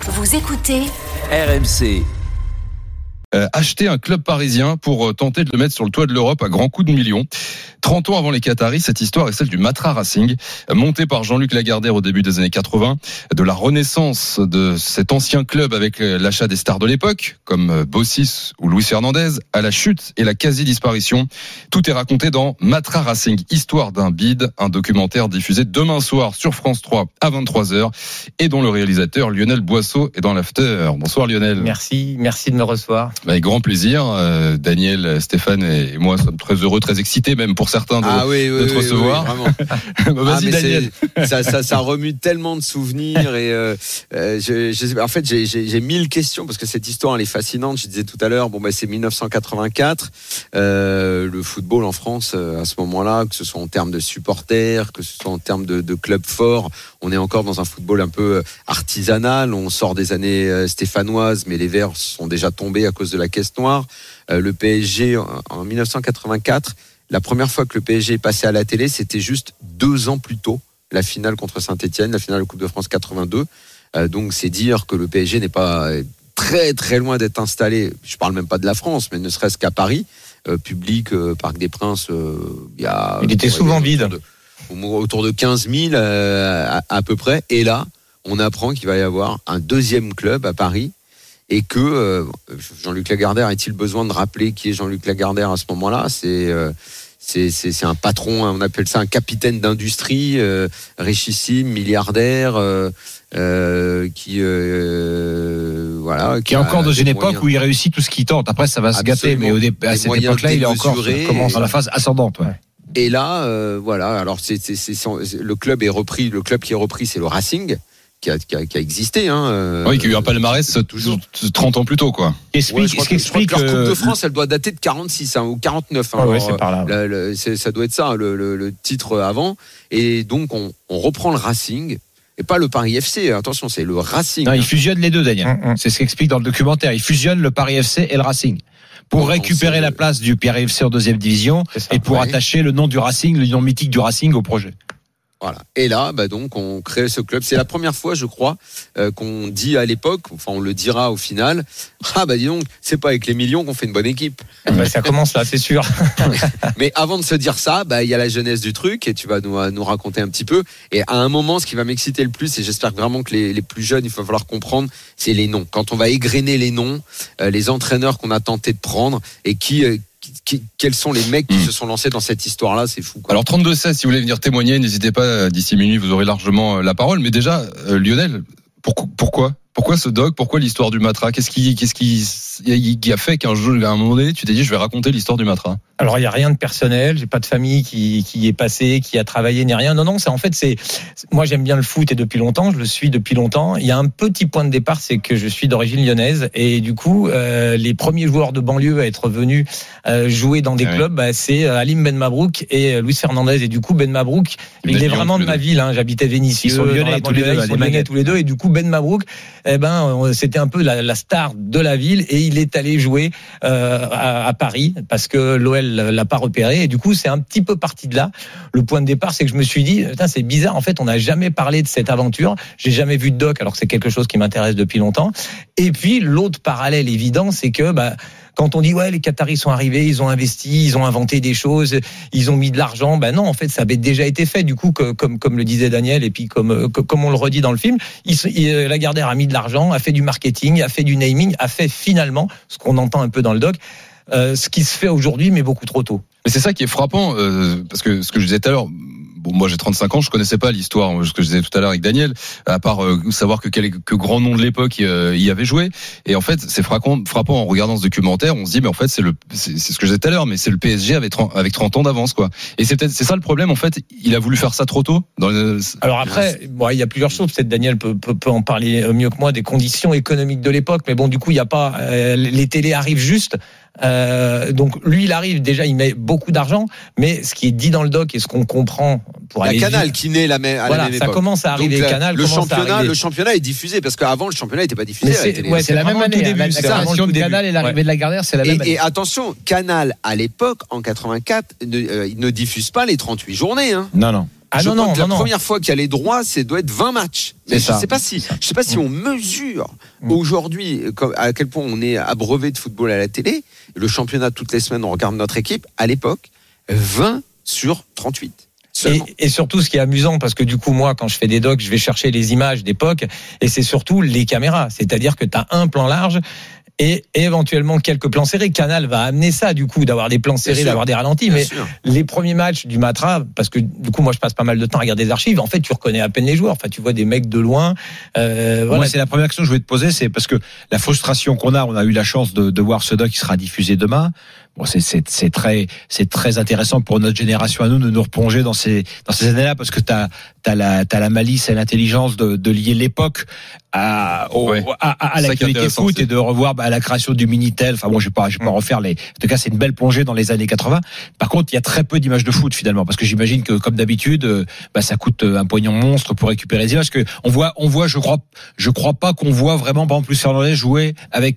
Vous écoutez RMC. Acheter un club parisien pour tenter de le mettre sur le toit de l'Europe à grands coups de millions. 30 ans avant les Qataris, cette histoire est celle du Matra Racing, monté par Jean-Luc Lagardère au début des années 80, de la renaissance de cet ancien club avec l'achat des stars de l'époque, comme Bossis ou Luis Fernandez, à la chute et la quasi-disparition. Tout est raconté dans Matra Racing, histoire d'un bide, un documentaire diffusé demain soir sur France 3 à 23h et dont le réalisateur Lionel Boisseau est dans l'after. Bonsoir Lionel. Merci de me recevoir. Avec grand plaisir. Daniel, Stéphane et moi sommes très heureux, très excités même pour certains de te recevoir. Oui, Vas-y Daniel. Ça remue tellement de souvenirs et en fait j'ai 1000 questions parce que cette histoire elle est fascinante. Je disais tout à l'heure, c'est 1984. Le football en France à ce moment-là, que ce soit en termes de supporters, que ce soit en termes de clubs forts, on est encore dans un football un peu artisanal. On sort des années stéphanoises, mais les Verts sont déjà tombés à cause de la caisse noire. Le PSG en 1984, la première fois que le PSG est passé à la télé, c'était juste 2 ans plus tôt, la finale contre Saint-Etienne, la finale de Coupe de France 82. Donc c'est dire que le PSG n'est pas très très loin d'être installé. Je parle même pas de la France, mais ne serait-ce qu'à Paris, public, Parc des Princes. Il était souvent vide. Autour de 15 000 à peu près. Et là, on apprend qu'il va y avoir un deuxième club à Paris. Et que Jean-Luc Lagardère, a-t-il besoin de rappeler qui est Jean-Luc Lagardère à ce moment-là ? C'est un patron, on appelle ça un capitaine d'industrie, richissime, milliardaire, qui est encore dans une époque où il réussit tout ce qu'il tente. Après, ça va se gâter, mais à cette époque-là, il est encore commence dans la phase ascendante. Ouais. Et là, Alors, le club est repris. Le club qui est repris, c'est le Racing. Qui a existé. Oui, qui a eu un palmarès toujours 30 ans plus tôt, quoi. Je crois que leur Coupe de France, elle doit dater de 46 ou 49. C'est par là. Ça doit être ça, le titre avant. Et donc, on reprend le Racing. Et pas le Paris FC, attention, c'est le Racing. Non, il fusionne les deux, Daniel. C'est ce qu'explique dans le documentaire. Il fusionne le Paris FC et le Racing. Pour récupérer la place du Paris FC en 2e division et pour attacher le nom du Racing, le nom mythique du Racing au projet. Voilà. Et là, donc, on crée ce club. C'est la première fois, je crois, qu'on dit à l'époque, enfin, on le dira au final. Dis donc, c'est pas avec les millions qu'on fait une bonne équipe. Ça commence là, c'est sûr. Mais avant de se dire ça, il y a la jeunesse du truc et tu vas nous raconter un petit peu. Et à un moment, ce qui va m'exciter le plus, et j'espère vraiment que les plus jeunes, il va falloir comprendre, c'est les noms. Quand on va égrener les noms, les entraîneurs qu'on a tenté de prendre et quels sont les mecs qui se sont lancés dans cette histoire-là, c'est fou, quoi. Alors 32-16, si vous voulez venir témoigner, n'hésitez pas, d'ici minuit, vous aurez largement la parole. Mais déjà, Lionel, pourquoi ce doc ? Pourquoi l'histoire du Matra ? Qu'est-ce qui a fait qu'à un moment donné, tu t'es dit, je vais raconter l'histoire du Matra ? Alors, il n'y a rien de personnel. J'ai pas de famille qui est passée, qui a travaillé, ni rien. Non, moi, j'aime bien le foot et depuis longtemps, je le suis depuis longtemps. Il y a un petit point de départ, c'est que je suis d'origine lyonnaise et du coup, les premiers joueurs de banlieue à être venus jouer dans des clubs, c'est Halim Ben Mabrouk et Luis Fernandez. Et du coup, Ben Mabrouk, il est vraiment de ma ville. J'habitais Vénissieux. Ils sont lyonnais tous les deux. Et du coup, Ben Mabrouk, c'était un peu la star de la ville et il est allé jouer à Paris parce que l'OL l'a pas repéré et du coup c'est un petit peu parti de là. Le point de départ, c'est que je me suis dit c'est bizarre, en fait on n'a jamais parlé de cette aventure, j'ai jamais vu de doc alors que c'est quelque chose qui m'intéresse depuis longtemps. Et puis l'autre parallèle évident, c'est que quand on dit les Qataris sont arrivés, ils ont investi, ils ont inventé des choses, ils ont mis de l'argent, non, en fait ça avait déjà été fait. Du coup, comme le disait Daniel et puis comme on le redit dans le film, Lagardère a mis de l'argent, a fait du marketing, a fait du naming, a fait finalement ce qu'on entend un peu dans le doc. Ce qui se fait aujourd'hui, mais beaucoup trop tôt. Mais c'est ça qui est frappant, parce que ce que je disais tout à l'heure, moi j'ai 35 ans, je connaissais pas l'histoire, ce que je disais tout à l'heure avec Daniel, à part savoir que grand nom de l'époque y avait joué. Et en fait, c'est frappant en regardant ce documentaire, on se dit mais en fait c'est ce que je disais tout à l'heure, mais c'est le PSG avec 30 ans d'avance, quoi. Et c'est ça le problème, en fait, il a voulu faire ça trop tôt. Alors après, il y a plusieurs choses, peut-être Daniel peut en parler mieux que moi, des conditions économiques de l'époque, mais du coup il y a pas les télés arrivent juste. Donc lui il arrive, déjà il met beaucoup d'argent, mais ce qui est dit dans le doc et ce qu'on comprend pour aller Canal qui naît à la même époque. Ça commence à arriver. Donc, Canal le championnat est diffusé parce qu'avant le championnat n'était pas diffusé à la télé. C'est la même année, la création de Canal et l'arrivée de Lagardère, c'est la même année. Et attention, Canal à l'époque en 84 il ne diffuse pas les 38 journées. Non. La première fois qu'il y a les droits, ça doit être 20 matchs. Mais je sais pas si on mesure aujourd'hui à quel point on est abreuvé de football à la télé. Le championnat, toutes les semaines, on regarde notre équipe. À l'époque, 20 sur 38. Et surtout, ce qui est amusant, parce que du coup, moi, quand je fais des docs, je vais chercher les images d'époque, et c'est surtout les caméras. C'est-à-dire que tu as un plan large et éventuellement quelques plans serrés. Canal va amener ça, du coup, d'avoir des plans serrés, d'avoir des ralentis. Mais les premiers matchs du Matra, parce que du coup, moi, je passe pas mal de temps à regarder des archives. En fait, tu reconnais à peine les joueurs. Enfin, tu vois des mecs de loin. Voilà. Moi, c'est la première question que je voulais te poser, c'est parce que la frustration qu'on a, on a eu la chance de voir ce doc qui sera diffusé demain. Bon, c'est très intéressant pour notre génération à nous de nous replonger dans ces années-là, parce que t'as la malice et l'intelligence de lier l'époque à l'actualité foot et de revoir la création du Minitel. Enfin bon, je vais pas refaire en tout cas, c'est une belle plongée dans les années 80. Par contre, il y a très peu d'images de foot finalement, parce que j'imagine que comme d'habitude, ça coûte un pognon monstre pour récupérer les images. Parce que on voit, je crois pas qu'on voit vraiment, par exemple, Luis Fernandez jouer avec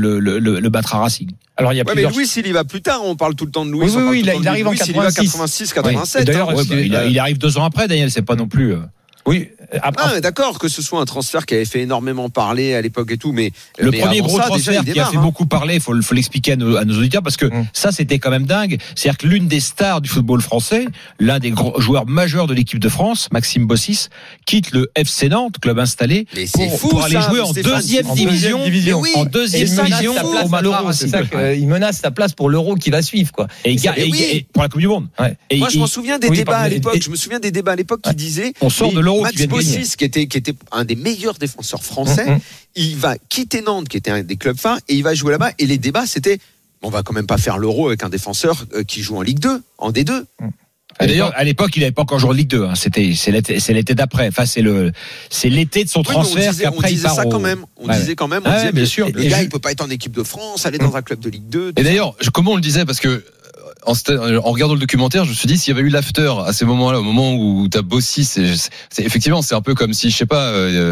le Matra Racing. Alors il y a plusieurs... mais Louis, il y va plus tard. On parle tout le temps de Louis. Oui, il arrive en 86, 87. D'ailleurs, il arrive 2 ans après. Daniel, c'est pas non plus. Oui. Après, d'accord que ce soit un transfert qui avait fait énormément parler à l'époque et tout, mais le premier gros transfert qui a fait beaucoup parler, faut l'expliquer à nos auditeurs, parce que ça c'était quand même dingue. C'est-à-dire que l'une des stars du football français, l'un des joueurs majeurs de l'équipe de France, Maxime Bossis, quitte le FC Nantes, club installé, pour aller jouer en deuxième division. En deuxième division au Matra. C'est ça qu'il menace sa place pour l'Euro qui va suivre, quoi. Et pour la Coupe du Monde. Moi, je m'en souviens des débats à l'époque. Je me souviens des débats à l'époque qui disaient on sort de l'Euro. Bossis, qui était un des meilleurs défenseurs français, il va quitter Nantes, qui était un des clubs phares, et il va jouer là-bas. Et les débats, c'était, on va quand même pas faire l'Euro avec un défenseur qui joue en Ligue 2, en D2. Et d'ailleurs, à l'époque, il n'avait pas encore joué en Ligue 2. C'est l'été d'après. Enfin, c'est l'été de son transfert qu'après il part. On disait quand même, bien sûr. Le gars, il peut pas être en équipe de France, aller dans un club de Ligue 2. Et d'ailleurs, comment on le disait, parce que en regardant le documentaire, je me suis dit, s'il y avait eu l'after à ces moments-là, au moment où t'as Bossis, c'est effectivement, c'est un peu comme si, je sais pas,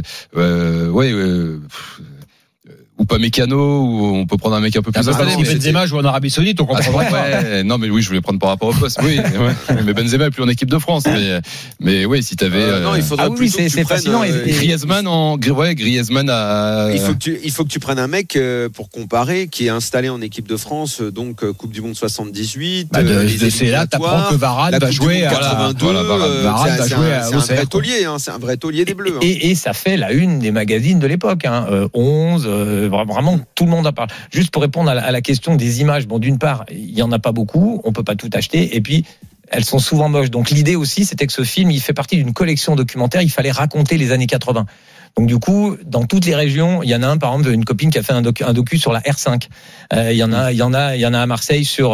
ou pas Mécano, ou on peut prendre un mec un peu plus installé. Si Benzema joue en Arabie Saoudite, on comprendrait. Non, mais oui, je voulais prendre par rapport au poste. Oui, mais Benzema est plus en équipe de France. Mais oui, si t'avais. Non, il faudrait plutôt que tu prennes Griezmann à. Il faut que tu prennes un mec pour comparer, qui est installé en équipe de France, donc Coupe du Monde 78. C'est là, t'apprends que Varane va jouer à 82. Varane va jouer à. C'est un vrai taulier, c'est un vrai taulier des Bleus. Et ça fait la une des magazines de l'époque. 11. Vraiment, tout le monde en parle. Juste pour répondre à la question des images, bon, d'une part, il y en a pas beaucoup, on peut pas tout acheter, et puis elles sont souvent moches. Donc l'idée aussi, c'était que ce film, il fait partie d'une collection documentaire. Il fallait raconter les années 80. Donc du coup, dans toutes les régions, il y en a un, par exemple, une copine qui a fait un docu sur la R5. Il y en a à Marseille sur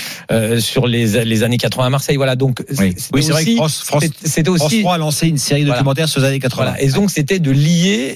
les années 80 à Marseille. Voilà. Donc oui, c'est vrai que France 3 a lancé une série documentaire sur les années 80. Voilà. Et donc c'était de lier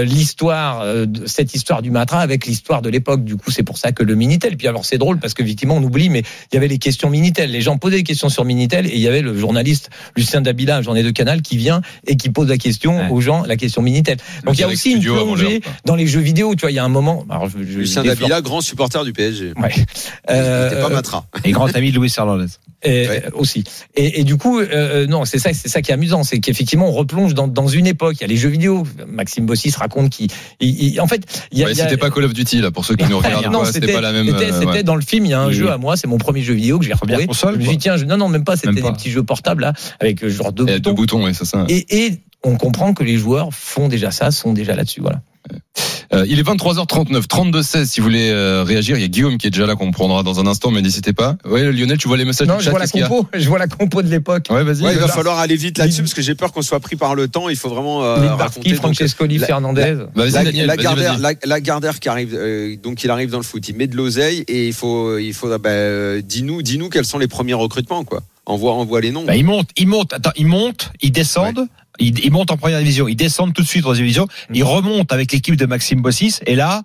cette histoire du Matra avec l'histoire de l'époque. Du coup, c'est pour ça que le Minitel. Puis alors c'est drôle parce que effectivement on oublie, mais il y avait les questions Minitel. Les gens posaient des questions sur Minitel et il y avait le journaliste Lucien Dabila, un journaliste de Canal, qui vient et qui pose la question aux gens, la question Minitel. Donc il y a aussi une plongée dans les jeux vidéo. Tu vois, il y a un moment. Lucien Dabila, grand supporter du PSG. Ouais. C'était pas Matra. Et grand ami de Luis Fernandez. Aussi. Et du coup, non, c'est ça qui est amusant, c'est qu'effectivement on replonge dans une époque. Il y a les jeux vidéo. Maxime Bossis raconte en fait, c'était pas Call of Duty là pour ceux qui nous regardent. Non, c'était pas la même. C'était dans le film. Il y a un jeu à moi, c'est mon premier jeu vidéo que j'ai retrouvé. Je me suis dit tiens, non, même pas. C'était des petits jeux portables là avec genre deux boutons. C'est ça. Et on comprend que les joueurs font déjà ça, sont déjà là-dessus. Voilà. Il est 23h39, 32-16 si vous voulez réagir. Il y a Guillaume qui est déjà là qu'on prendra dans un instant, mais n'hésitez pas. Ouais, Lionel, tu vois les messages du chat? Je vois la compo de l'époque. Ouais, vas-y. Il va falloir aller vite là-dessus parce que j'ai peur qu'on soit pris par le temps. Il faut vraiment raconter. Francescoli, Fernandez. Lagardère qui arrive, donc il arrive dans le foot. Il met de l'oseille et il faut dis-nous quels sont les premiers recrutements, quoi. Envoie les noms. Ils montent, ils descendent. Ouais. Ils montent en première division, ils descendent tout de suite en deuxième division, ils remontent avec l'équipe de Maxime Bossis, et là,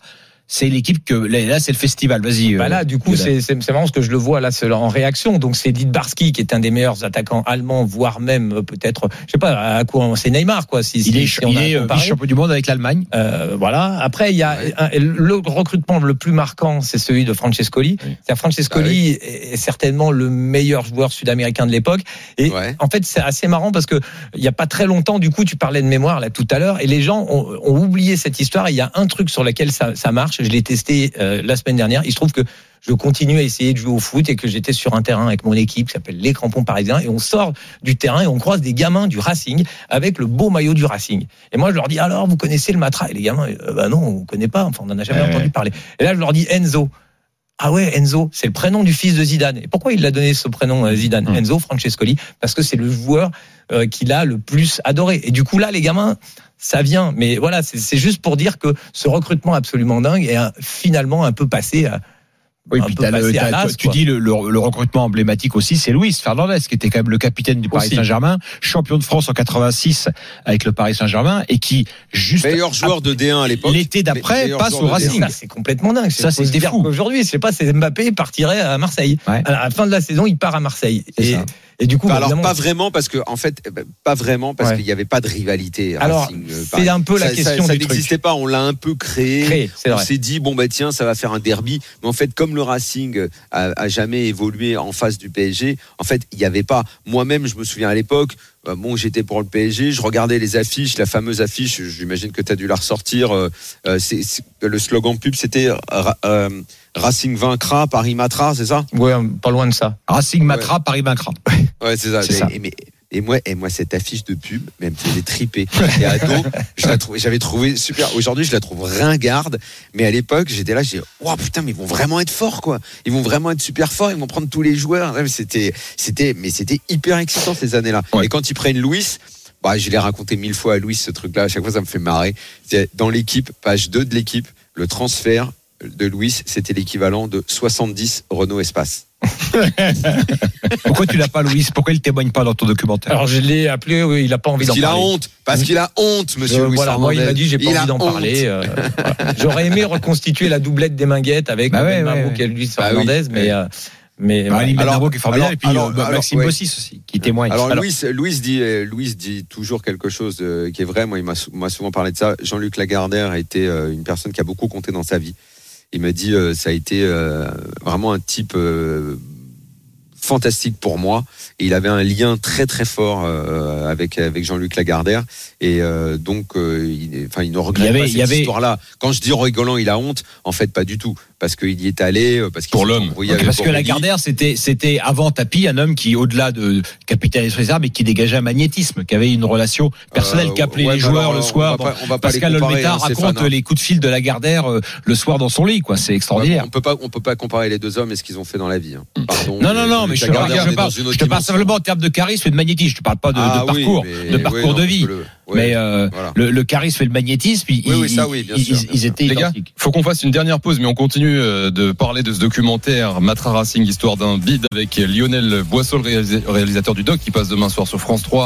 c'est l'équipe que là c'est le festival. Vas-y. Là, du coup, c'est marrant parce que je le vois là en réaction. Donc c'est Littbarski qui est un des meilleurs attaquants allemands, voire même peut-être, je sais pas à quoi c'est Neymar quoi. Il est vice-champion du monde avec l'Allemagne. Voilà. Après, il y a le recrutement le plus marquant, c'est celui de Francescoli. Francescoli est certainement le meilleur joueur sud-américain de l'époque. Et en fait, c'est assez marrant parce que il y a pas très longtemps, du coup, tu parlais de mémoire là tout à l'heure, et les gens ont oublié cette histoire. Et il y a un truc sur lequel ça marche. Je l'ai testé la semaine dernière. Il se trouve que je continue à essayer de jouer au foot et que j'étais sur un terrain avec mon équipe qui s'appelle les Crampons Parisiens, et on sort du terrain et on croise des gamins du Racing avec le beau maillot du Racing. Et moi je leur dis alors vous connaissez le Matra? Et les gamins non on connaît pas, enfin on en a jamais entendu parler. Et là je leur dis Enzo. Ah ouais, Enzo, c'est le prénom du fils de Zidane. Et pourquoi il a donné ce prénom Zidane? Enzo Francescoli, parce que c'est le joueur qu'il a le plus adoré. Et du coup là les gamins, ça vient, mais voilà, c'est juste pour dire que ce recrutement absolument dingue est finalement un peu passé à... Oui, puis tu dis le recrutement emblématique aussi, c'est Luis Fernandez qui était quand même le capitaine du Paris Saint-Germain, champion de France en 86 avec le Paris Saint-Germain, et qui juste meilleur joueur de D1 à l'époque. L'été d'après passe au Racing. C'est complètement dingue. Ça c'était fou. Aujourd'hui, je sais pas, c'est Mbappé partirait à Marseille. Ouais. À la fin de la saison, il part à Marseille. Et du coup, alors pas vraiment parce que en fait pas vraiment parce qu'il n'y avait pas de rivalité. Alors Racing, c'est un peu la question ça du truc. Ça n'existait pas, on l'a un peu créé. On s'est dit bon tiens ça va faire un derby, mais en fait comme le Racing a jamais évolué en face du PSG, en fait il n'y avait pas. Moi-même je me souviens à l'époque. J'étais pour le PSG, je regardais les affiches, la fameuse affiche, j'imagine que tu as dû la ressortir. Le slogan pub, c'était Racing vaincra, Paris Matra, c'est ça? Ouais, pas loin de ça. Racing Matra, Paris vaincra. Ouais, c'est ça. Et moi, cette affiche de pub, même me faisait triper. J'étais ado, j'avais trouvé super. Aujourd'hui, je la trouve ringarde. Mais à l'époque, j'étais là, j'ai dit, oh putain, mais ils vont vraiment être forts, quoi. Ils vont vraiment être super forts. Ils vont prendre tous les joueurs. C'était hyper excitant ces années-là. Ouais. Et quand ils prennent Luis, je l'ai raconté 1000 fois à Luis, ce truc-là. À chaque fois, ça me fait marrer. C'est dans l'équipe, page 2 de l'équipe, le transfert de Luis, c'était l'équivalent de 70 Renault Espace. Pourquoi tu l'as pas, Louis? Pourquoi il témoigne pas dans ton documentaire? Alors je l'ai appelé, oui, il a pas envie d'en parler. Parce qu'il a honte, monsieur Louis Fernandez. Moi, il m'a dit j'ai pas envie d'en parler. J'aurais aimé reconstituer la doublette des Minguettes avec Mabrouk et Louis Fernandez, mais Mabrouk est formidable, et puis Maxime Bossis aussi qui témoigne. Alors Louis dit toujours quelque chose qui est vrai. Moi, il m'a souvent parlé de ça. Jean-Luc Lagardère a été une personne qui a beaucoup compté dans sa vie. Il m'a dit ça a été vraiment un type fantastique pour moi, et il avait un lien très très fort avec Jean-Luc Lagardère, et donc il ne regrette pas cette histoire-là. Quand je dis rigolant, il a honte, en fait pas du tout, parce qu'il y est allé, parce qu'il pour l'homme. Parce que Lagardère c'était avant Tapi un homme qui, au-delà de capitaine des armes, et qui dégageait un magnétisme, qui avait une relation personnelle, qui appelait les joueurs le soir. Pascal Olmeta raconte les coups de fil de Lagardère le soir dans son lit, quoi. C'est extraordinaire. On peut pas comparer les deux hommes et ce qu'ils ont fait dans la vie. Pardon. Non, mais je te parle simplement en termes de charisme et de magnétisme. Je te parle pas de parcours de vie. Mais le charisme et le magnétisme, ils étaient les gars, faut qu'on fasse une dernière pause, mais on continue de parler de ce documentaire Matra Racing, histoire d'un bide, avec Lionel Boissol, réalisateur du doc, qui passe demain soir sur France 3.